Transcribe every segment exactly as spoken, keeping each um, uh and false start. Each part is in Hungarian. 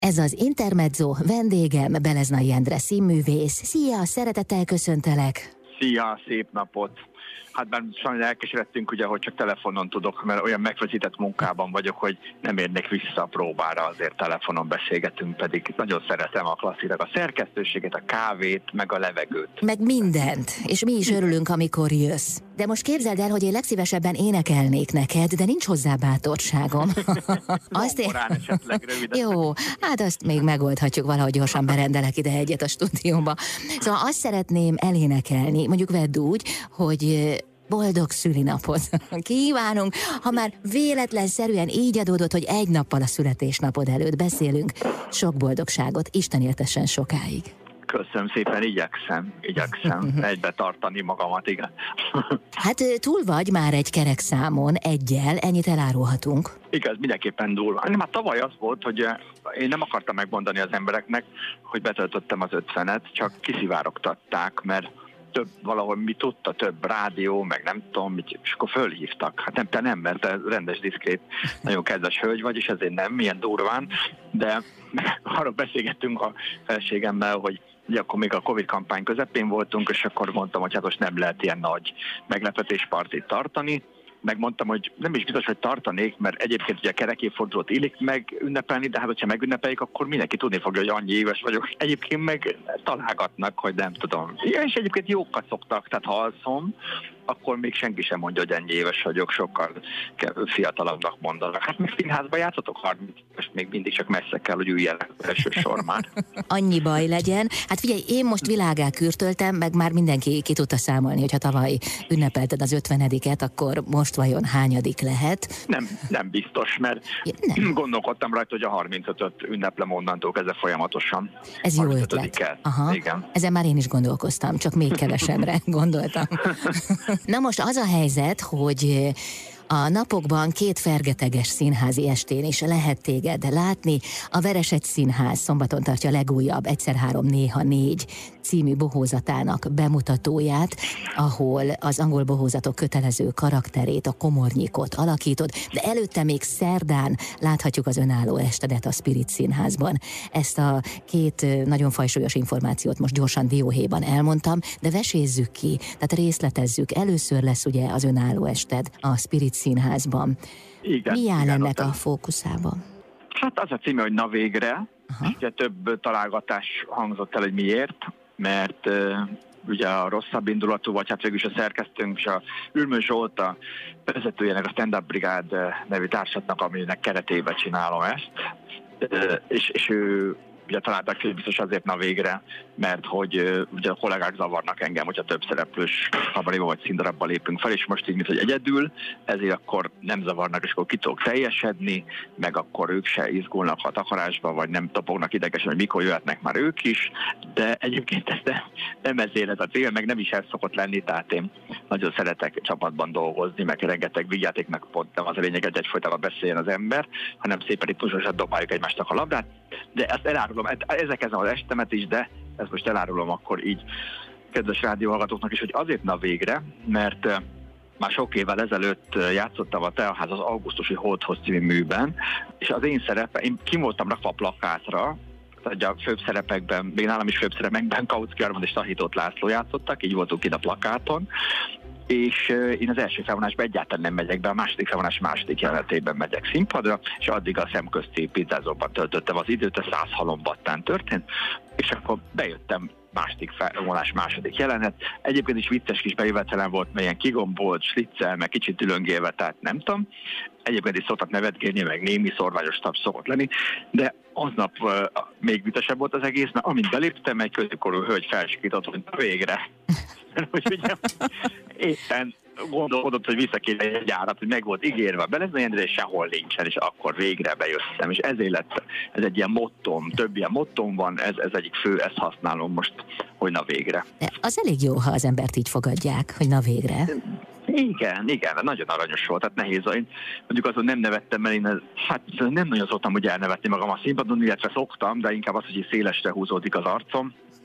Ez az Intermezzo, vendégem Beleznai Endre színművész. Szia, szeretettel köszöntelek! Szia, szép napot! Hát bár sajnálom elkeseredtünk, ugye, hogy csak telefonon tudok, mert olyan megfeszített munkában vagyok, hogy nem érnék vissza a próbára, azért telefonon beszélgetünk, pedig nagyon szeretem a klasszilag a szerkesztőséget, a kávét, meg a levegőt. Meg mindent, és mi is örülünk, amikor jössz. De most képzeld el, hogy én legszívesebben énekelnék neked, de nincs hozzá bátorságom. Azt ér... esetleg röviden. Jó, hát azt még megoldhatjuk, valahogy gyorsan berendelek ide egyet a stúdióba. Szóval azt szeretném elénekelni, mondjuk vedd úgy, hogy boldog szülinapot kívánunk, ha már véletlenszerűen így adódott, hogy egy nappal a születésnapod előtt beszélünk. Sok boldogságot, Isten éltessen sokáig. Köszönöm szépen, igyekszem, igyekszem egybe tartani magamat, igen. Hát túl vagy már egy kerek számon, egyel, ennyit elárulhatunk. Igaz, mindenképpen durva. Már tavaly az volt, hogy én nem akartam megmondani az embereknek, hogy betöltöttem az ötvenet, csak kiszivárogtatták, mert több valahol mi tudta, több rádió, meg nem tudom, mit, és akkor fölhívtak. Hát nem, te nem, mert te rendes, diszkrét, nagyon kedves hölgy vagy, és ezért nem, milyen durván, de arról beszélgettünk a feleségemmel, hogy ugye akkor még a Covid kampány közepén voltunk, és akkor mondtam, hogy hát most nem lehet ilyen nagy meglepetéspartit tartani. Megmondtam, hogy nem is biztos, hogy tartanék, mert egyébként ugye a kerek évfordulót illik meg ünnepelni, de hát hogyha megünnepeljük, akkor mindenki tudni fogja, hogy annyi éves vagyok. Egyébként meg találgatnak, hogy nem tudom. Ja, és egyébként jókat szoktak, tehát ha alszom, akkor még senki sem mondja, hogy ennyi éves vagyok, sokkal fiatalabbnak mondanak. Hát még színházban játszotok harminc, és még mindig csak messze kell, hogy üljenek első sor már. Annyi baj legyen. Hát figyelj, én most világá kürtöltem, meg már mindenki ki tudta számolni, hogyha tavaly ünnepelted az ötvenediket, akkor most vajon hányadik lehet? Nem, nem biztos, mert ja, nem. Gondolkodtam rajta, hogy a harmincötöt ünneplem onnantól kezdve folyamatosan. Ez jó ötlet. Aha. Igen. Ezen már én is gondolkoztam, csak még kevesebbre gondoltam. Na most az a helyzet, hogy a napokban két fergeteges színházi estén is lehet téged látni. A Veresegy Színház szombaton tartja a legújabb Egyszer három, néha négy című bohózatának bemutatóját, ahol az angol bohózatok kötelező karakterét, a komornyikot alakítod, de előtte még szerdán láthatjuk az önálló estedet a Spirit Színházban. Ezt a két nagyon fajsúlyos információt most gyorsan dióhéjban elmondtam, de vesézzük ki, tehát részletezzük. Először lesz ugye az önálló ested a Spirit Színházban. Igen, mi áll igen, ennek a fókuszában? Hát az a címe, hogy Na végre. Ugye több találgatás hangzott el, hogy miért, mert uh, ugye a rosszabb indulatú, vagy hát végül is a szerkesztőnk, és a Ürmő Zsolt, a vezetőjének, a Stand Up Brigád nevű társatnak, aminek keretében csinálom ezt, uh, és, és ő ugye találták ki, biztos azért Na végre, mert hogy uh, ugye a kollégák zavarnak engem, hogyha több szereplős kabaréba vagy színdarabba lépünk fel, és most így, mint hogy egyedül, ezért akkor nem zavarnak, és akkor ki tudok teljesedni, meg akkor ők se izgulnak a takarásba, vagy nem topognak idegesen, hogy mikor jöhetnek már ők is, de egyébként ez nem, nem ezért ez a cél, meg nem is ez szokott lenni, tehát én nagyon szeretek csapatban dolgozni, meg rengeteg vigyátéknak pont nem az a lényeg, hogy egyfolytában beszéljen az ember, hanem szépen itt pusosat dobáljuk egymásnak a labdát, de ezt elárulom, ezek ezen az estemet is, de ezt most elárulom akkor így kedves rádióhallgatóknak is, hogy azért Na végre, mert uh, már sok évvel ezelőtt uh, játszottam a Teaház az Augusztusi Holdhoz című műben, és az én szerepe, én kim voltam rakva a plakátra, tehát a főbb szerepekben, még nálam is főbb szerepekben Kautsky Armand és Tahitót László játszottak, így voltunk itt a plakáton, és uh, én az első felvonásban egyáltalán nem megyek be, a második felvonás második jelenetében megyek színpadra, és addig a szemközti pizzázóban töltöttem az időt, a Száz halombattán történt, és akkor bejöttem második felvonás, második jelenet. Egyébként is vicces kis bejövetelem volt, melyen kigombolt, sliccel, meg kicsit ülöngélve, tehát nem tudom. Egyébként is szoktak nevetgélni, meg némi szorványos tap szokott lenni, de aznap uh, még vitesebb volt az egész, mert amint beléptem, egy középkorú hölgy felsikított, hogy végre. Úgyhogy éppen gondolkodott, hogy vissza kéne egy árat, hogy meg volt ígérve, Beleznai Endre, és sehol nincsen, és akkor végre bejöttem, és ezért lett, ez egy ilyen mottom, több ilyen mottom van, ez, ez egyik fő, ezt használom most, hogy Na végre. Az elég jó, ha az embert így fogadják, hogy Na végre. Igen, igen, nagyon aranyos volt, tehát nehéz, én mondjuk azon nem nevettem, mert én hát nem nagyon szoktam, hogy elnevetni magam a színpadon, illetve szoktam, de inkább az, hogy szélesre húzódik az arcom,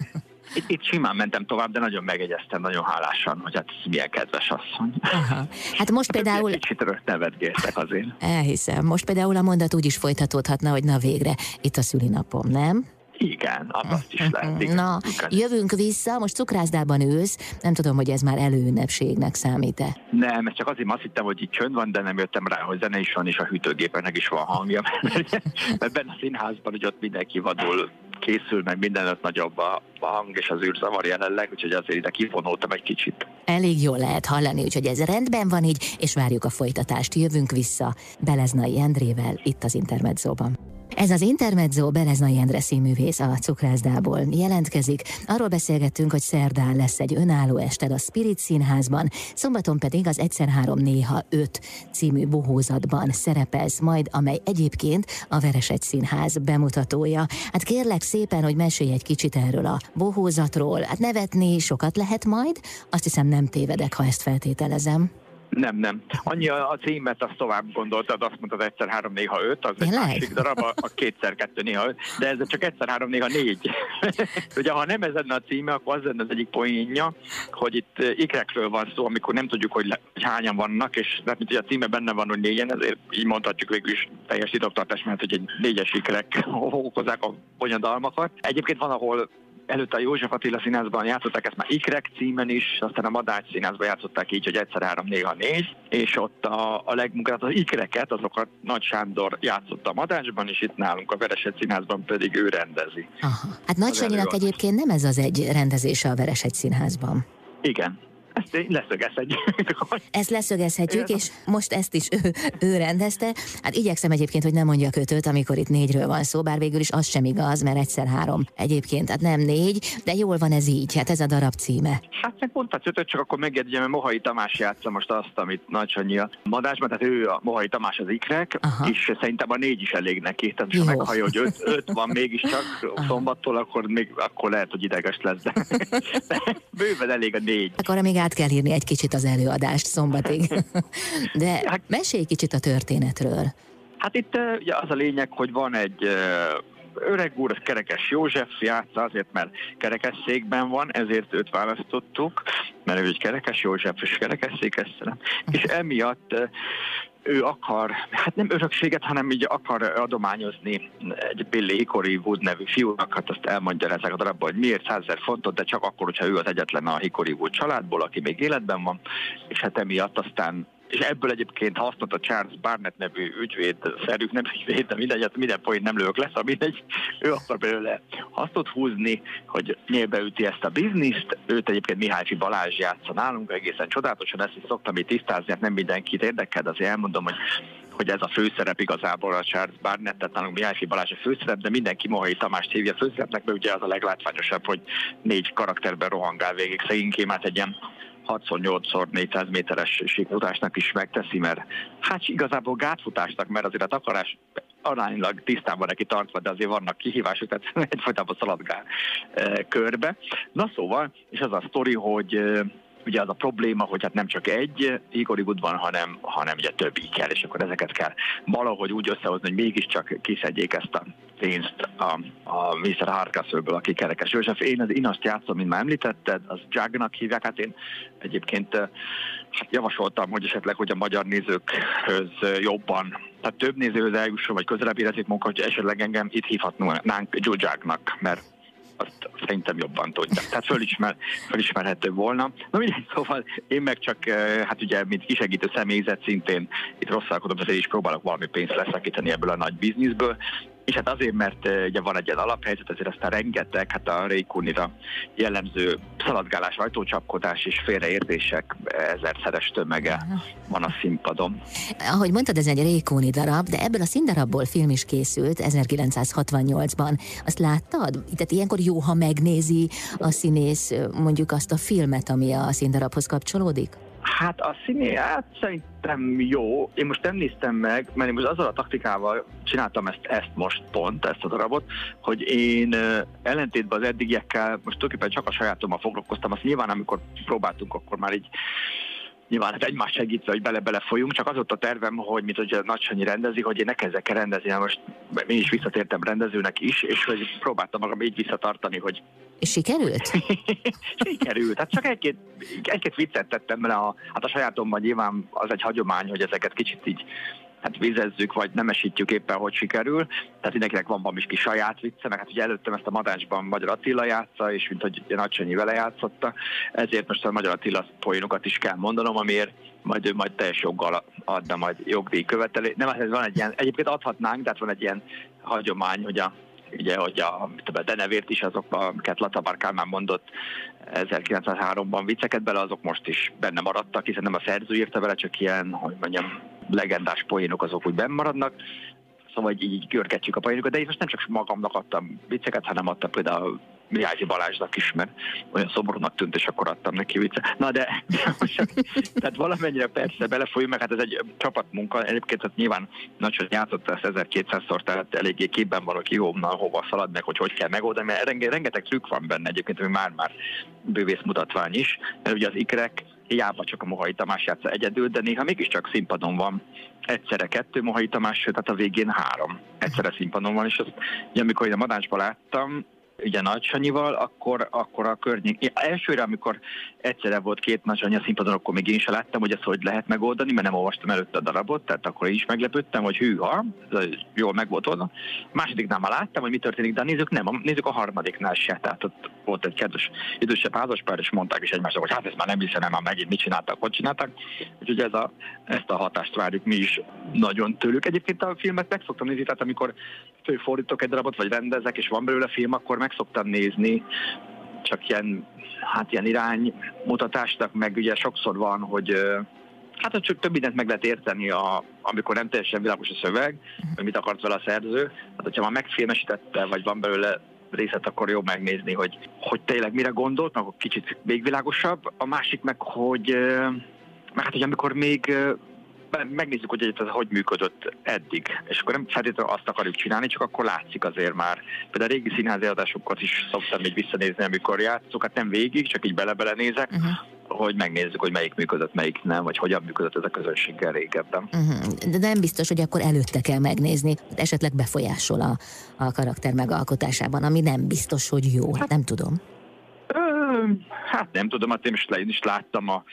Itt, itt simán mentem tovább, de nagyon megegyeztem, nagyon hálásan, hogy hát milyen kedves asszony. Aha. Hát most hát például... Kicsit rögt nevetgéltek azért. Elhiszem. Most például a mondat úgy is folytatódhatna, hogy na végre, itt a szülinapom, nem? Igen, azt is lehet. Igen. Na, jövünk vissza, most cukrászdában ülsz, nem tudom, hogy ez már előünnepségnek számít-e. Nem, ez csak azért azt hittem, hogy itt csönd van, de nem jöttem rá, hogy zene is van, és a hűtőgépenek is van hangja, mert, mert benne a színházban, hogy ott mindenki vadul készül, meg mindenet nagyobb a, a hang és az űrzavar jelenleg, úgyhogy azért ide kivonultam egy kicsit. Elég jól lehet hallani, úgyhogy ez rendben van így, és várjuk a folytatást. Jövünk vissza Beleznai Endrével itt az Intermedzóban. Ez az Intermezzo, Beleznai Endre színművész a Cukrászdából jelentkezik. Arról beszélgettünk, hogy szerdán lesz egy önálló ested a Spirit Színházban, szombaton pedig az Egyszer három néha öt című bohózatban szerepelsz majd, amely egyébként a Veresegy Színház bemutatója. Hát kérlek szépen, hogy mesélj egy kicsit erről a bohózatról. Hát nevetni sokat lehet majd, azt hiszem nem tévedek, ha ezt feltételezem. Nem, nem. Annyi a, a címet, azt tovább gondoltad, azt mondtad egyszer három, néha öt, az egy másik darab, a, a kétszer kettő, néha öt, de ez csak egyszer három, néha négy. Ugye, ha nem ez lenne a címe, akkor az lenne az egyik poénja, hogy itt ikrekről van szó, amikor nem tudjuk, hogy, le, hogy hányan vannak, és mert mint hogy a címe benne van, hogy négyen, ezért így mondhatjuk végül is teljes titoktartás, mert hogy egy négyes ikrek okozzák a bonyodalmakat. Egyébként van, ahol előtte a József Attila Színházban játszották ezt már Ikrek címen is, aztán a Madács Színházban játszották így, hogy egyszer három, néha négy, és ott a, a legmunkát, az Ikreket, azokat Nagy Sándor játszott a Madácsban, és itt nálunk a Veresegy Színházban pedig ő rendezi. Aha. Hát Nagy Sanyinak egyébként nem ez az egy rendezése a Veresegy Színházban. Igen. Ezt leszögezhetjük. Ezt leszögezhetjük, és most ezt is ő, ő rendezte. Hát igyekszem egyébként, hogy nem mondjak ötöt, amikor itt négyről van szó, bár végül is az sem igaz, mert egyszer három egyébként, hát nem négy, de jól van ez így, hát ez a darab címe. Hát meg mondhatsz ötöt, csak akkor megjegyzem, mert Mohai Tamás játsza most azt, amit Nagy Sanyi a Madásban, tehát ő a Mohai Tamás az Ikrek, aha, és szerintem a négy is elég neki, tehát ha meghallja, hogy öt, öt van mégiscsak szombattól, akkor, még, akkor lehet, hogy ideges lesz, de, de bőven elég a négy. Akkor még át kell írni egy kicsit az előadást szombatig. De hát, mesélj kicsit a történetről. Hát itt ugye az a lényeg, hogy van egy öreg úr, az Kerekes József játsza, azért, mert kerekesszékben van, ezért őt választottuk, mert ő egy Kerekes József, és kerekesszékes szerep. És emiatt ő akar, hát nem örökséget, hanem így akar adományozni egy Billy Hickory Wood nevű fiúnak, hát azt elmondja ezek a darabban, hogy miért százezer fontot, de csak akkor, hogyha ő az egyetlen a Hickory Wood családból, aki még életben van, és hát emiatt aztán, és ebből egyébként hasznot a Charles Barnett nevű ügyvéd, szerűk nem ügyvéd, de mindegy, hát minden point nem lők lesz, mindegy, ő akar belőle hasznot húzni, hogy nyélbeüti ezt a bizniszt, őt egyébként Mihályfi Balázs játsza nálunk, egészen csodálatosan, ezt is szoktam itt tisztázni, hát nem mindenkit érdekel, de azért elmondom, hogy hogy ez a főszerep igazából a Charles Barnett, tehát nálunk Mihályfi Balázs a főszerep, de mindenki Mohai Tamást hívja főszerepnek, mert ugye az a leglátványosabb, hogy négy karakterben rohangál végig szegénykém, hát egy ilyen hatszor-nyolcszor négyszáz méteres síkfutásnak is megteszi, mert hát igazából gátfutásnak, mert azért a takarás aránylag tisztán van neki tartva, de azért vannak kihívások, tehát egyfajtában szaladgál e, körbe. Na szóval, és az a sztori, hogy e, ugye az a probléma, hogy hát nem csak egy Hickory Wood van, hanem, hanem ugye többi kell, és akkor ezeket kell valahogy úgy összehozni, hogy mégiscsak kiszedjék ezt a pénzt a, a miszter Hardcastle-ből, aki Kerekes József. Én, én azt játszom, mint már említetted, az Jugnak hívják, hát én egyébként hát javasoltam, hogy esetleg, hogy a magyar nézőkhöz jobban, tehát több nézőhöz eljusson, vagy közelebb érezzék munka, hogy esetleg engem itt hívhatnánk Jugnak, mert azt szerintem jobban tudja. Tehát fölismer, fölismerhető volna. Na mindegy, szóval én meg csak, hát ugye, mint kisegítő személyzet szintén itt rosszalkodom, azért is próbálok valami pénzt leszakítani ebből a nagy bizniszből. És hát azért, mert ugye van egy ilyen alaphelyzet, azért aztán rengeteg, hát a Ray Cooney-ra jellemző szaladgálás, ajtócsapkodás és félreértések ezerszeres tömege van a színpadon. Ahogy mondtad, ez egy Ray Cooney darab, de ebből a színdarabból film is készült ezerkilencszázhatvannyolcban. Azt láttad? Tehát ilyenkor jó, ha megnézi a színész mondjuk azt a filmet, ami a színdarabhoz kapcsolódik? Hát a színé, hát szerintem jó. Én most nem néztem meg, mert én most azzal a taktikával csináltam ezt, ezt most pont, ezt a darabot, hogy én ellentétben az eddigiekkel most tulajdonképpen csak a sajátommal foglalkoztam. Azt nyilván, amikor próbáltunk, akkor már így nyilván hát egymás segítve, hogy bele-bele folyunk, csak az volt a tervem, hogy mit ugye Nagy Sanyi rendezi, hogy én ne kezdek el rendezni, most én is visszatértem rendezőnek is, és hogy próbáltam magam így visszatartani, hogy... És sikerült? Sikerült, hát csak egy-két, egy-két viccet tettem bele, a, hát a sajátomban nyilván az egy hagyomány, hogy ezeket kicsit így hát vizezzük, vagy nemesítjük éppen, hogy sikerül. Tehát mindenkinek van valami kis saját vicce, meg hát ugye előttem ezt a Madásban Magyar Attila játsza, és mint hogy Nagy Sanyi vele játszotta, ezért most a Magyar Attila poénokat is kell mondanom, amiért majd ő majd teljes joggal adna majd jogdíj követelő. Nem, ez van egy ilyen, egyébként adhatnánk, de hát van egy ilyen hagyomány, hogy a ugye, hogy a, a denevért is azok, amiket Latabár Kálmán mondott ezerkilencszázháromban vicceket bele, azok most is benne maradtak, hiszen nem a szerző írta vele, csak ilyen, hogy mondjam, legendás poénok azok úgy benn maradnak. Szóval így, így görgetjük a poénokat, de én most nem csak magamnak adtam vicceket, hanem adtam például Mihály Balázsnak is, mert olyan szomorúnak tűnt, és akkor adtam neki viccet. Na de, tehát valamennyire persze belefolyunk, meg hát ez egy csapatmunka. Egyébként hát nyilván Nagy Sanyi játszotta ezt ezerkétszázszor, tehát eléggé képben van, hogy honnan, hova szalad, meg hogy hogy kell megoldani, mert rengeteg trükk van benne egyébként, ami már-már bővész mutatvány is, mert ugye az ikrek hiába csak a Mohay Tamás játsza egyedül, de néha mégiscsak színpadon van egyszerre kettő Mohay Tamás, tehát a végén három egyszerre színpadon van, és azt, ugye, amikor én a Madásban láttam, ugye Nagy Sanyival, akkor, akkor a környék... Én elsőre, amikor egyszerre volt két Nagy Sanyi a színpadon, akkor még én sem láttam, hogy ezt hogy lehet megoldani, mert nem olvastam előtte a darabot, tehát akkor én is meglepődtem, hogy hűha, jól meg volt oldva. Másodiknál már láttam, hogy mi történik, de nézzük nem, nézzük a harmadiknál se, tehát ott volt egy kedves idősebb házaspár, és mondták is egymásnak, hogy hát ezt már nem hiszem, nem, már megint mit csináltak, hogy csináltak. Úgyhogy ez a, ezt a hatást várjuk mi is nagyon tőlük. Egyébként a filmet meg szoktam nézni, tehát amikor fordítok egy darabot, vagy rendezek, és van belőle film, akkor meg szoktam nézni, csak ilyen, hát ilyen iránymutatásnak, meg ugye sokszor van, hogy hát csak több mindent meg lehet érteni, a, amikor nem teljesen világos a szöveg, hogy mit akart vele a szerző. Hát, hogyha már megfilmesítette, vagy van belőle részlet, akkor jó megnézni, hogy, hogy tényleg mire gondolt, meg akkor kicsit még világosabb. A másik meg, hogy, meg hát, hogy amikor még megnézzük, hogy ez hogy működött eddig, és akkor nem feltétlenül azt akarjuk csinálni, csak akkor látszik azért már. Például a régi színházi adásokat is szoktam így visszanézni, amikor játszok, hát nem végig, csak így bele-bele nézek, uh-huh. hogy megnézzük, hogy melyik működött, melyik nem, vagy hogyan működött ez a közönséggel régebben. Uh-huh. De nem biztos, hogy akkor előtte kell megnézni, esetleg befolyásol a, a karakter megalkotásában, ami nem biztos, hogy jó, hát, nem tudom. Ö, hát nem tudom, hát én is, én is láttam a,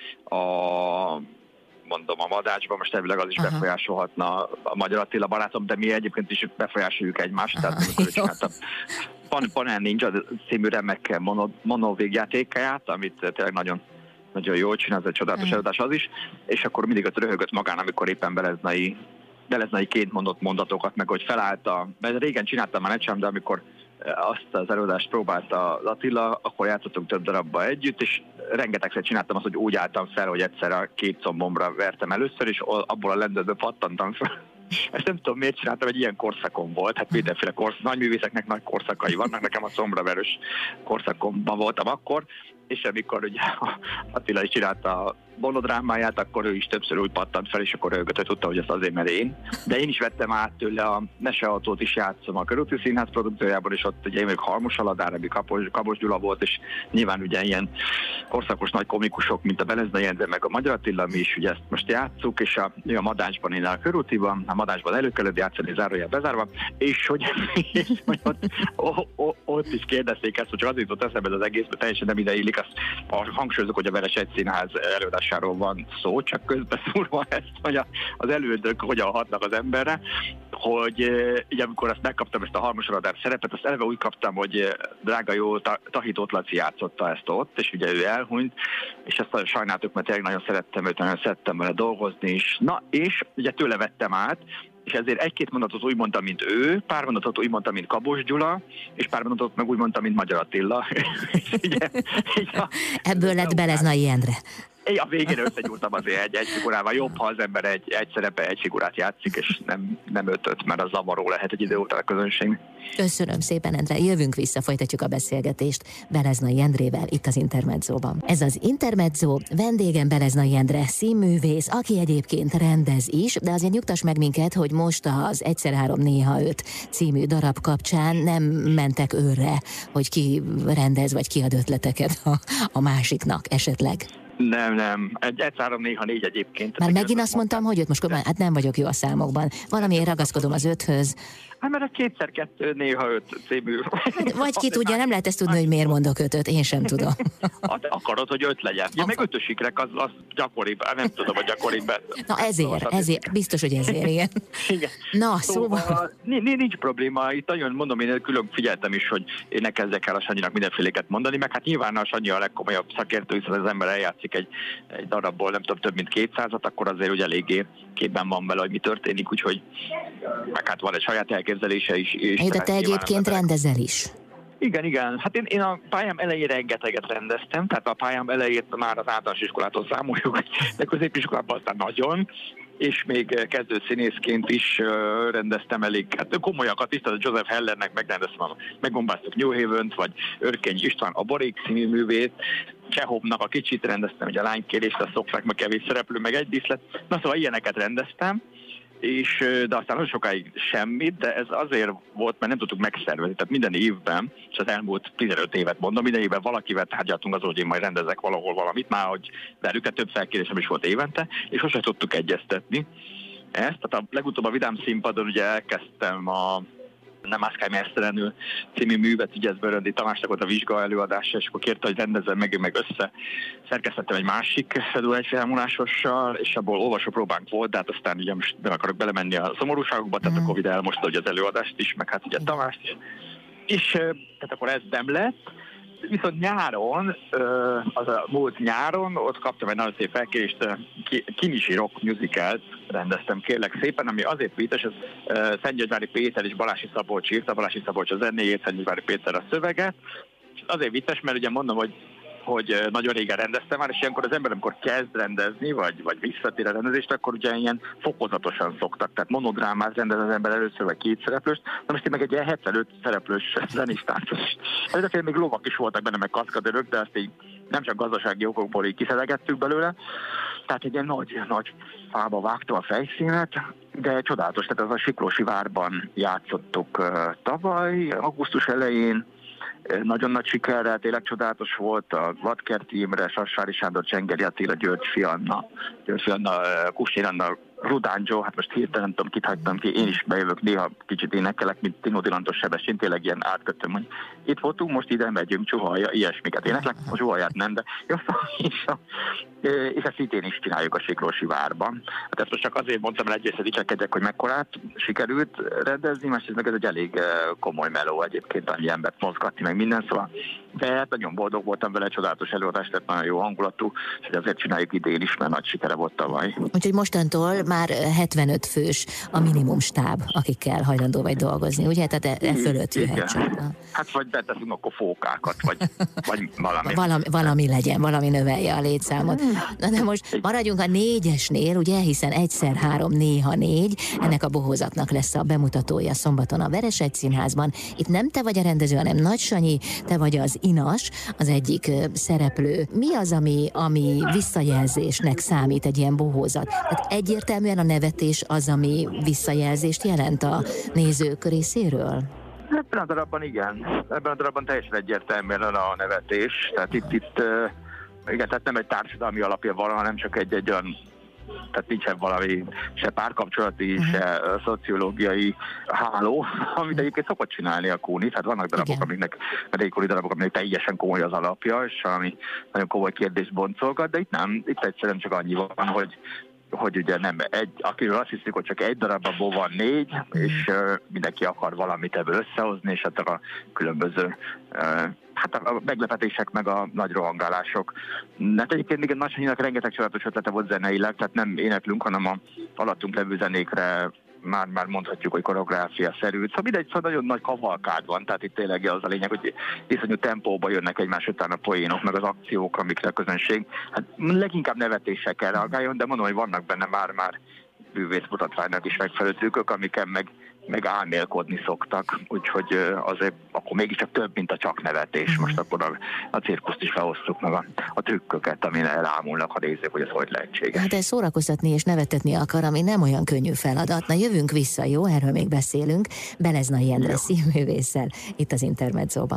a mondom, a Madásban, most elvileg az is Aha. befolyásolhatna a Magyar Attila barátom, de mi egyébként is befolyásoljuk egymást, Aha, tehát amikor csináltam Pan, Panel Ninja című remek mono, monovégjátékáját, amit tényleg nagyon, nagyon jól csinál, ez egy csodálatos előadás az is, és akkor mindig ott röhögött magán, amikor éppen Beleznai, Beleznaiként mondott mondatokat, meg hogy felállt a, mert régen csináltam már egysem, de amikor azt az előadást próbálta Attila, akkor játszottunk több darabba együtt, és rengetegszer csináltam azt, hogy úgy álltam fel, hogy egyszer a két combomra vertem először, és abból a lendületből pattantam fel. Ezt nem tudom, miért csináltam, egy ilyen korszakon volt. Hát mindenféle korsz, nagy művészeknek nagy korszakai vannak, nekem a szombraverős korszakomban voltam akkor, és amikor ugye Attila is csinálta a monodrámáját, akkor ő is többször úgy pattant fel, és akkor röhögött, tudta, hogy ez azért, mert én. De én is vettem át tőle a Meseautót is játszom a Körúti Színház produkciójában, és ott ugye én még Halmos Aladár, ami Kapos, Kapos Gyula volt, és nyilván ugye ilyen korszakos nagy komikusok, mint a Beleznai Endre, meg a Magyar Attila, mi is ugye ezt most játsszuk, és a, a Madásban én a Körútiban, a Madásban elő kellett játszani, zárójel bezárva, és hogy, és, hogy ott, o, o, ott is kérdezték ezt, hogy csak azért jutott eszembe az egészben, teljesen nem ide illik, azt hangsúlyozok, hogy a Veres egy Színház előadásáról van szó, csak közbeszúrva ezt, hogy a, az elődök hogyan hatnak az emberre, hogy így amikor ezt megkaptam, ezt a Halmos Aladár szerepet, azt eleve úgy kaptam, hogy drága jó Tahitót Laci játszotta ezt ott, és ugye ő elhunyt, és ezt nagyon sajnáltuk, mert tényleg nagyon szerettem őt, nagyon szerettem vele dolgozni is. Na, és ugye tőle vettem át, és ezért egy-két mondatot úgy mondtam, mint ő, pár mondatot úgy mondtam, mint Kabos Gyula, és pár mondatot meg úgy mondtam, mint Magyar Attila. ugye, ugye, Ebből lett Beleznai Endre. Én a végén összegyúrtam azért egy, egy figurával. Jobb, ha az ember egy, egy szerepe, egy figurát játszik, és nem, nem ötöt, mert az zavaró lehet egy idő után a közönség. Köszönöm szépen, Endre. Jövünk vissza, folytatjuk a beszélgetést Beleznai Endrével itt az Intermedzóban. Ez az Intermedzó, vendégem Beleznai Endre, színművész, aki egyébként rendez is, de azért nyugtass meg minket, hogy most az Egyszer három, néha öt című darab kapcsán nem mentek őrre, hogy ki rendez, vagy ki ad ötleteket a, a másiknak esetleg. Nem, nem. Egy, egy három, néha négy egyébként. Már megint azt mondtam, hogy öt, most hát nem vagyok jó a számokban. Valamiért ragaszkodom az öthöz. Hát mert a kétszer kettő, néha öt című. Vagy ki tudja, nem lehet ezt tudni, hogy miért mondok ötöt, én sem tudom. Hát akarod, hogy öt legyen. Ja, meg ötösikrek, az, az gyakoribb, nem tudom, hogy gyakoribb. Na ezért, ezért, biztos, hogy ezért, igen. Igen. Na, szóval... szóval... Nincs probléma, itt nagyon mondom, én külön figyeltem is, hogy én ne kezdek el a Sanyinak mindenféléket mondani, meg hát nyilván a Sanyi a legkomolyabb szakértő, hiszen az ember eljátszik egy, egy darabból, nem tudom, több mint kétszázat, akkor azért ugye eléggé képben van vele, hogy mi történik, úgyhogy meg hát van egy saját elképzelése is. És de te egyébként rendezel is. Igen, igen. Hát én, én a pályám elején rengeteget rendeztem, tehát a pályám elejét már az általános iskolától számoljuk, de középiskolában aztán nagyon, és még kezdő színészként is uh, rendeztem elég hát komolyakat is, tehát Joseph Hellernek megrendeztem a Megbombáztuk New Haven-t, vagy Örkény István a Borék című művét, Csehovnak a Kicsit rendeztem, hogy a Lánykérést, a Szokták, meg Kevés szereplő, meg Egy díszlet. Na szóval ilyeneket rendeztem, és, de aztán nagyon sokáig semmit, de ez azért volt, mert nem tudtuk megszervezni. Tehát minden évben, és az elmúlt tizenöt évet mondom, minden évben valakivel tárgyaltunk azon, hogy én majd rendezek valahol valamit, már hogy velük, több felkérésem is volt évente, és sosem tudtuk egyeztetni ezt. Tehát a legutóbb a Vidám színpadon ugye elkezdtem a Nem ászkálj mesztelenül című művet, ugye ez Bőröndi Tamásnak volt a vizsga előadása, és akkor kérte, hogy rendezzem meg, én meg össze szerkesztettem egy másik Fedó egyfelmulásossal, és abból olvasó próbánk volt, de hát aztán ugye most nem akarok belemenni a szomorúságokba, tehát a Covid elmosta ugye az előadást is, meg hát ugye Tamást is. És tehát akkor ez nem lett. Viszont nyáron, az a múlt nyáron, ott kaptam egy nagyon szép felkérést, Kinisi Rock musicalt rendeztem kérlek szépen, ami azért vicces, ez Szentgyörgyvári Péter és Balási Szabolcs írta, Balási Szabolcs a zenéjét, Szentgyörgyvári Péter a szöveget, és azért vicces, mert ugye mondom, hogy hogy nagyon régen rendeztem már, és ilyenkor az ember, amikor kezd rendezni, vagy, vagy visszatér a rendezést, akkor ugye ilyen fokozatosan szoktak, tehát monodrámát rendez az ember először, vagy két szereplős, de most én meg egy ilyen hetvenöt szereplős zenéstáncos. Ezekért még lovak is voltak benne, meg kaszkadőrök, de ezt így nem csak gazdasági okokból így kiszelegettük belőle, tehát egy ilyen nagy, nagy fába vágtam a fejszínet, de csodálatos, tehát az a Siklósi Várban játszottuk uh, tavaly, augusztus elején, nagyon nagy sikerrel, tényleg csodálatos volt a Vadkerti Imre, Sasvári Sándor, Csengeri Attila, György Fianna, György Fianna, Kustér Anna, Rudán Joe, hát most hirtelen nem tudom, kit hagytam ki, én is bejövök, néha kicsit énekelek, mint Tino Dilantos Sebessén, tényleg ilyen átkötöm, hogy itt voltunk, most ide megyünk, csuhalja, ilyesmiket éneklek, a csuhalját nem, de jó, és, a, és ezt szintén is csináljuk a Siklósi Várban. Hát ezt most csak azért mondtam, hogy egyrészt dicsekedjek, hogy mekkorát sikerült rendezni, másrészt meg ez egy elég komoly meló egyébként, annyi embert mozgatni, meg minden, szóval de hát nagyon boldog voltam vele, csodálatos előadás, tehát nagyon jó hangulatú, és azért csináljuk idén is, mert nagy sikere volt tavaly. Úgyhogy mostantól már hetvenöt fős a minimum stáb, akikkel hajlandó vagy dolgozni, ugye? Tehát e, e fölött jöhet csak. Hát vagy beteszünk akkor fókákat, vagy, vagy valami. valami. Valami legyen, valami növelje a létszámot. Na de most maradjunk a négyesnél, ugye, hiszen egyszer három, néha négy, ennek a bohózatnak lesz a bemutatója szombaton a Veresegy Színházban. Itt nem te vagy a rendező, hanem Nagy Sanyi, te vagy az Inas, az egyik szereplő. Mi az, ami, ami visszajelzésnek számít egy ilyen bohózat? Tehát egyértelműen a nevetés az, ami visszajelzést jelent a nézők részéről? Ebben a darabban igen. Ebben a darabban teljesen egyértelműen a nevetés. Tehát itt, itt igen, tehát nem egy társadalmi alapja van, hanem csak egy, egy olyan, tehát nincsen valami se párkapcsolati, uh-huh. se szociológiai háló, amit egyébként szokott csinálni a Kúni. Tehát vannak darabok, amiknek, medékori darabok, aminek teljesen komoly az alapja, és valami nagyon komoly kérdést boncolgat, de itt nem, itt egyszerűen csak annyi van, hogy hogy ugye nem egy, akiről azt hiszik, hogy csak egy darab, abból van négy, és uh, mindenki akar valamit ebből összehozni, és hát a különböző uh, hát a meglepetések meg a nagy rohangálások. Hát egyébként még a Nagy Sanyinak rengeteg csodálatos ötlete volt zeneileg, tehát nem éneklünk, hanem a alattunk levő zenékre már, már mondhatjuk, hogy koreográfia-szerű. Szóval mindegy, szóval nagyon nagy kavalkád van, tehát itt tényleg az a lényeg, hogy iszonyú tempóba jönnek egymás után a poénok, meg az akciók, amikre a közönség hát leginkább nevetésekkel reagáljon, de mondom, hogy vannak benne már-már bűvészmutatványnak is megfelelő trükkök, amiken meg, meg álmélkodni szoktak, úgyhogy azért akkor mégiscsak több, mint a csak nevetés. Most akkor a, a cirkuszt is felhoztuk meg a, a trükköket, amin elámulnak a nézők, hogy ez hogy lehetséges. Hát ez szórakoztatni és nevetetni akar, ami nem olyan könnyű feladat. Na jövünk vissza, jó? Erről még beszélünk. Beleznai Endre színművésszel itt az Intermedzóban.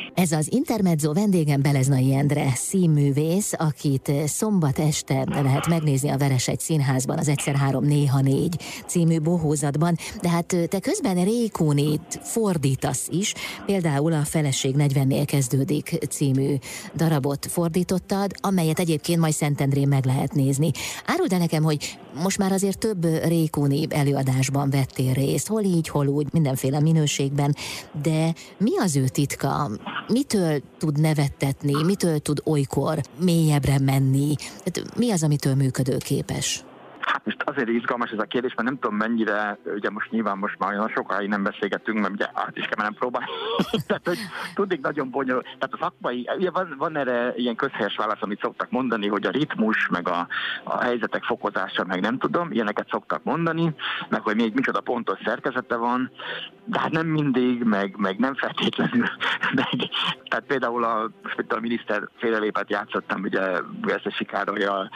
Ez az Intermezzo, vendégem Beleznai Endre színművész, akit szombat este lehet megnézni a Veresegy Színházban, az Egyszer három néha négy című bohózatban, de hát te közben Rékunit fordítasz is, például a Feleség negyvennél kezdődik című darabot fordítottad, amelyet egyébként majd Szentendrén meg lehet nézni. Áruld el nekem, hogy most már azért több Rékuni előadásban vettél részt, hol így, hol úgy, mindenféle minőségben, de mi az ő titka? Mitől tud nevettetni, mitől tud olykor mélyebbre menni? Tehát mi az, amitől működőképes? Hát most azért izgalmas ez a kérdés, mert nem tudom mennyire, ugye most nyilván most már olyan sokáig nem beszélgetünk, mert ugye át is kell nem próbálni. Tehát, hogy tudnék nagyon bonyolult. Tehát a szakmai, ugye van, van erre ilyen közhelyes válasz, amit szoktak mondani, hogy a ritmus, meg a, a helyzetek fokozása, meg nem tudom, ilyeneket szoktak mondani, meg hogy még micsoda pontos szerkezete van, de hát nem mindig, meg, meg nem feltétlenül. Meg, tehát például a, most a miniszter félrelépet játszottam, ugye Veszesi Károlyal,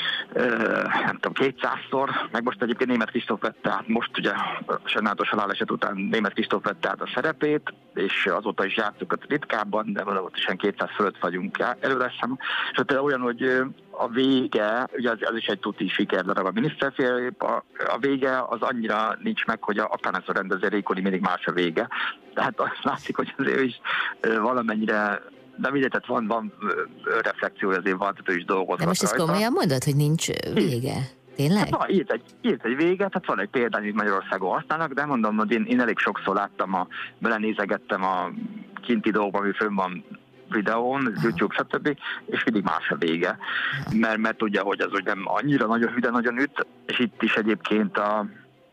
nem tudom, kétszázszor, meg most egyébként Németh Kristóf vette át, most ugye sajnálatos haláleset után Németh Kristóf vette át a szerepét, és azóta is játszunk ritkábban, de valahogy is kétszáz fölött vagyunk előleszem. És ott olyan, hogy a vége, ugye az, az is egy tuti sikerdarab, a miniszter félrelép, a, a vége az annyira nincs meg, hogy a, a Pánaszor rendező Rékuni mindig más a vége. Tehát azt látszik, hogy azért ő is valamennyire. De mindegy, tehát van, van reflexiója, azért van, tehát ő is dolgozhat. De most ezt komolyan mondod, hogy nincs vége? Tényleg? Hát van, írt egy, írt egy véget, tehát van egy példány, amit Magyarországon használnak, de mondom, hogy én, én elég sokszor láttam, a, belenézegettem a kinti dolgokban, ami fönn van videón, YouTube, stb. És mindig más a vége. Mert, mert tudja, hogy az úgy nem annyira nagyon hüde, nagyon üt, és itt is egyébként a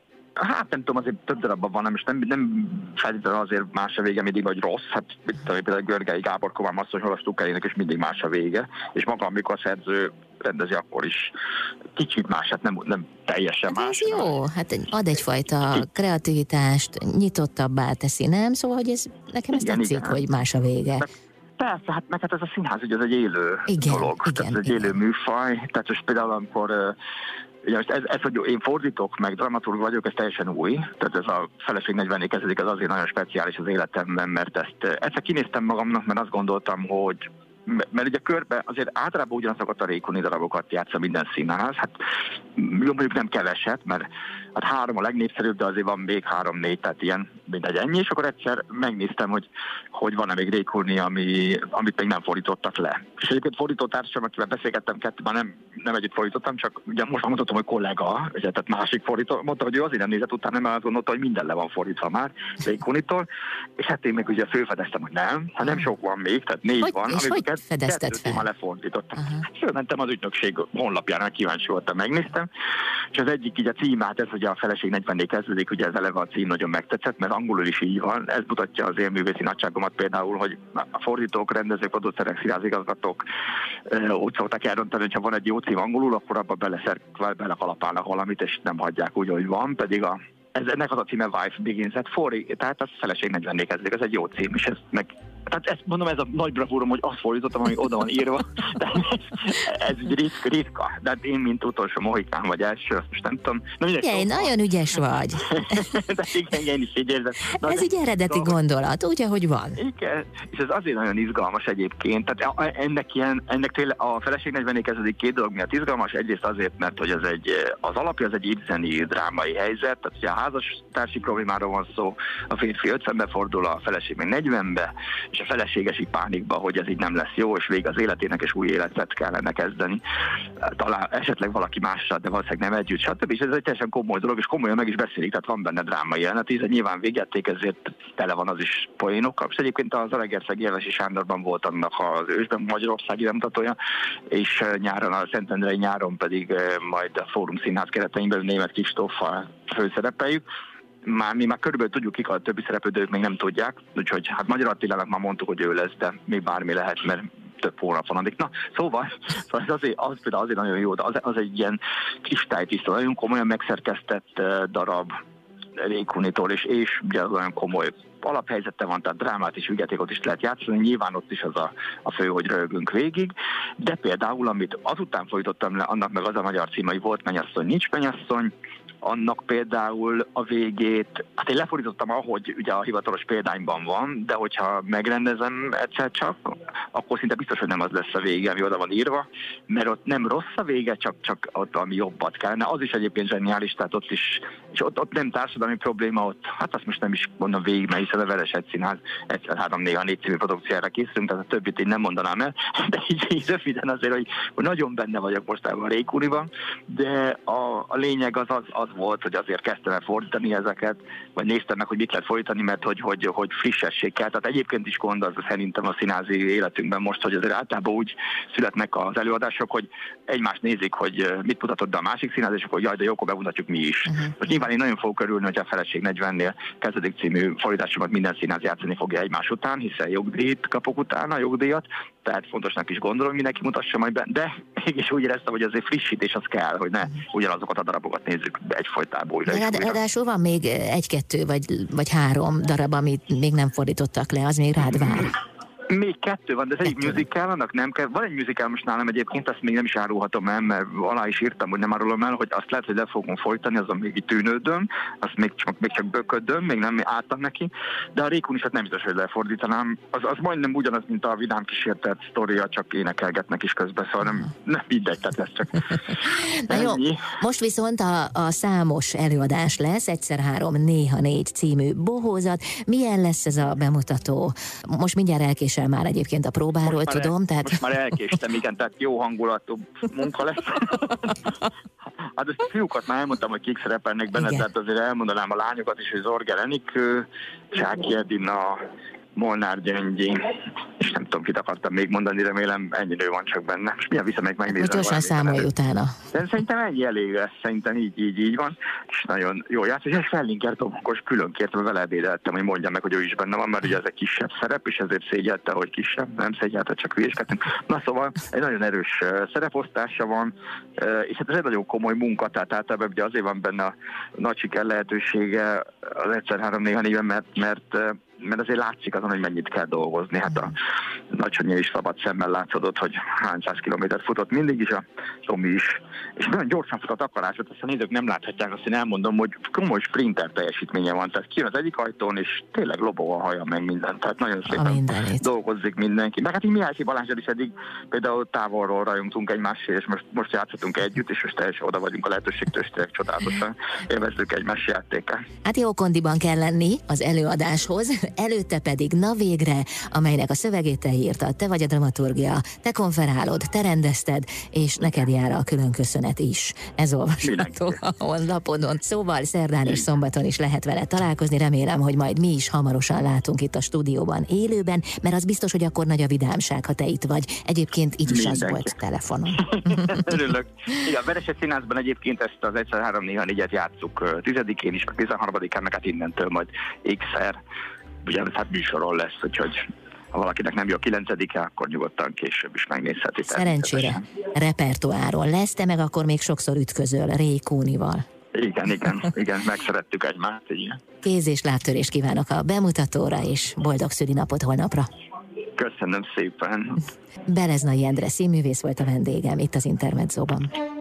hát nem tudom, azért több darabban van, és nem, nem feltétlenül azért más a vége mindig, vagy rossz. Hát például Görgei Gábor Komám asszony, hol a Stukáinak, és mindig más a vége. És maga, amikor a szerző rendezi, akkor is kicsit más, hát nem, nem teljesen hát más. Ez jó, hát ad egyfajta kreativitást, nyitottabbá teszi, nem? Szóval, hogy ez, nekem ez igen, tetszik, igen. Hogy más a vége. De persze, hát meg hát ez a színház, ugye ez egy élő igen, dolog. Igen, tehát ez egy igen. élő műfaj. Tehát most például, amikor ugye most ez, ez, hogy én fordítok, meg dramaturg vagyok, ez teljesen új. Tehát ez a Feleség negyvennél kezdődik, ez azért nagyon speciális az életemben, mert ezt egyszer kinéztem magamnak, mert azt gondoltam, hogy mert ugye körbe azért általában ugyanazokat a Rékuni darabokat játsza minden színház, hát jó, mondjuk nem keveset, mert hát három a legnépszerűbb, de azért van még három-négy, tehát ilyen mindegy ennyi, és akkor egyszer megnéztem, hogy, hogy van-e még Rékuni, ami, amit még nem fordítottak le. És egyébként fordító társam, akivel beszélgettem kettőben, nem, nem együtt fordítottam, csak ugye most már mondhatom, hogy kollega, ugye, tehát másik fordító, mondta, hogy ő azért nem nézett utána, mert azt gondolta, hogy minden le van fordítva már Rékunitól, és hát én meg ugye fölfedeztem, hogy nem, hát nem sok van még, tehát négy hogy, van, amit fedezted fel? Már lefordítottam. Fölmentem az ügynökség honlapjára, kíváncsi voltam, megnéztem, és az egyik így a címát, ez ugye a Feleség negyvennél kezdődik, ugye ez eleve a cím nagyon megtetszett, mert angolul is így van. Ez mutatja az én művészi nagyságomat például, hogy a fordítók, rendezők, producerek, színházigazgatók úgy szokták elrontani, hogyha van egy jó cím angolul, akkor abba beleszerkvel, belekalapálnak valamit, és nem hagyják úgy, hogy van, pedig a ez, ennek az a címe Wife Begins at forty, tehát az Feleség negyvennél kezdődik, ez egy jó cím, és ez meg tehát ezt mondom, ez a nagy bravúrom, hogy azt fordítottam, ami oda van írva, de ez, ez ritka, ritka. De én, mint utolsó mohikán vagy első, azt most nem tudom. Igen, nagyon ügyes vagy. De igen, én is így érzem. Na, ez egy eredeti de, gondolat, úgy, ahogy van. Igen, és ez azért nagyon izgalmas egyébként. Tehát ennek ilyen, ennek tényleg a Feleség negyvennél kezdődik két dolog miatt izgalmas. Egyrészt azért, mert hogy az, egy, az alapja az egy ibseni drámai helyzet, tehát ugye a házastársi problémáról van szó, a férfi ötvenbe fordul, a feleség még negyvenbe, és a feleség esik pánikba, hogy ez így nem lesz jó, és vége az életének, és új életet kellene kezdeni. Talán esetleg valaki mással, de valószínűleg nem együtt, stb. És ez egy teljesen komoly dolog, és komolyan meg is beszélik, tehát van benne drámai jelenet, ez nyilván végjáték, ezért tele van az is poénokkal. És egyébként az Zalaegerszegi Jelvesi Sándorban volt annak az ősben magyarországi bemutatója, és nyáron, a Szentendrei nyáron pedig majd a Fórum Színház keretein belül Németh Kristóffal főszerepeljük. Már mi már körülbelül tudjuk, kik a többi szereplő, de ők még nem tudják, úgyhogy hát Magyar Attilának már mondtuk, hogy ő lesz, de még bármi lehet, mert több hónap van addig. Na, szóval, szóval az, azért, az például azért nagyon jó, de az, az egy ilyen kristálytiszta, nagyon komolyan megszerkesztett darab Rékunitól, és, és ugye az olyan komoly alaphelyzete van, tehát drámát és ügyjátékot is lehet játszani, nyilván ott is az a, a fő, hogy röhögünk végig, de például, amit azután folytottam le, annak meg az a magyar címe, hogy volt mennyasszony, nincs mennyasszony, annak például a végét, hát én lefordítottam, ahogy ugye a hivatalos példányban van, de hogyha megrendezem egyszer csak, akkor szinte biztos, hogy nem az lesz a vége, ami oda van írva, mert ott nem rossz a vége, csak, csak ott valami jobbat kellene. Az is egyébként zseniális, tehát ott is, és ott, ott nem társadalmi probléma, ott, hát azt most nem is mondom végig, mert hiszen a Vereshegy Színház egyszer, három, néha négy című produkcióra készülünk, tehát a többit én nem mondanám el, de így, így röviden azért, hogy, hogy nagyon benne vagyok mostában a Rékuniban, de a, a lényeg az, az az volt, hogy azért kezdtem el fordítani ezeket, vagy néztem meg, hogy mit lehet fordítani, mert hogy, hogy, hogy frissesség kell. Tehát egyébként is gond az szerintem a színházi életünkben most, hogy azért általában úgy születnek az előadások, hogy egymást nézik, hogy mit mutatott be a másik színház, és akkor jaj, de jó, akkor bemutatjuk mi is. Uh-huh. Most nyilván én nagyon fogok örülni, hogy a Feleség negyvennél kezdődik című fordításomat minden színház játszani fogja egymás után, hiszen jogdíjat kapok utána, jogdíjat, tehát fontosnak is gondolom, mindenki mutassa majd be, de mégis úgy éreztem, hogy azért frissítés az kell, hogy ne ugyanazokat a darabokat nézzük egyfolytában újra. De ráadásul van még egy-kettő vagy, vagy három darab, amit még nem fordítottak le, az még rád vár. Még kettő van, de ez egy musical, annak nem kell. Van egy musical most nálam egyébként, azt még nem is árulhatom el, mert alá is írtam, hogy nem árulom el, hogy azt lehet, hogy le fogom folytani, azon még így tűnődöm, azt még csak, még csak böködöm, még nem álltam neki, de a Rékunisat nem biztos, hogy lefordítanám. Az, az majdnem ugyanaz, mint a Vidám kísértet sztoria, csak énekelgetnek is közben, szóval nem, nem mindegy, tehát ez csak Na jó, most viszont a, a számos előadás lesz, egyszer három, néha négy című bohózat. Milyen lesz ez a bemutató? Most mindjárt elkésem már egyébként a próbáról, most tudom. El, tehát... Most már elkéstem, igen, tehát jó hangulatú munka lesz. Hát ezt a fiúkat már elmondtam, hogy kik szerepelnek benne, igen. Tehát azért elmondanám a lányokat is, hogy Zorger Enikő, Csáki Edina, Molnár Gyöngyi, és nem tudom, kit akartam még mondani, remélem ennyi nő van csak benne. És milyen vissza még megnézem. Hogy gyorsan számolj utána. De szerintem ennyi elég lesz, szerintem így, így, így van. És nagyon jó játszik, és Fellinger Domokos külön kértem, vele ebédeltem, hogy mondjam meg, hogy ő is benne van, mert ugye ez egy kisebb szerep, és ezért szégyelte, hogy kisebb, nem szégyelte, csak hülyéskedtünk. Na szóval egy nagyon erős szereposztása van, és hát ez egy nagyon komoly munka, tehát általában ugye azért van benne a nagy siker lehetősége az egyszer három néha néven, mert, mert mert azért látszik azon, hogy mennyit kell dolgozni. Hát a Nagysonyi is szabad szemmel látszódott, hogy hány száz kilométert futott mindig is, a Tomi is. És nagyon gyorsan futott akarásot, azt a nézők nem láthatják, azt én elmondom, hogy komoly sprinter teljesítménye van. Tehát kijön az egyik ajtón, és tényleg lobog a haja meg mindent. Tehát nagyon szépen dolgozik mindenki. Meg hát így Mihály Balázsral is eddig például távolról rajongtunk egymásért, és most, most játszhatunk együtt, és most teljesen oda vagyunk a lehetőségtől, és tényleg csodálatosan élvezzük egymás játékát. Hát jó kondiban kell lenni az előadáshoz. Előtte pedig Na végre, amelynek a szövegét te írtad, te vagy a dramaturgia, te konferálod, te rendezted, és neked jár a külön köszönet is. Ez olvasható a honlapodon. Szóval szerdán és szombaton is lehet vele találkozni, remélem, hogy majd mi is hamarosan látunk itt a stúdióban élőben, mert az biztos, hogy akkor nagy a vidámság, ha te itt vagy. Egyébként így is mindenki. Az volt telefonon. Örülök. Igen, a Vereshegy Színházban egyébként ezt az egyszer három néha négyet játsszuk tizedikén is, meg tizenharmadikán, meg hát innentől majd x-szer. Ugye hát műsoron lesz, úgyhogy ha valakinek nem jó a kilencedike, akkor nyugodtan később is megnézheti. Szerencsére repertoáron lesz, te meg akkor még sokszor ütközöl Rékunival. Igen, igen, igen, megszerettük egymást, igen. Kéz- és lábtörést kívánok a bemutatóra, és boldog szülinapot holnapra. Köszönöm szépen. Beleznai Endre színművész volt a vendégem itt az Intermedzóban.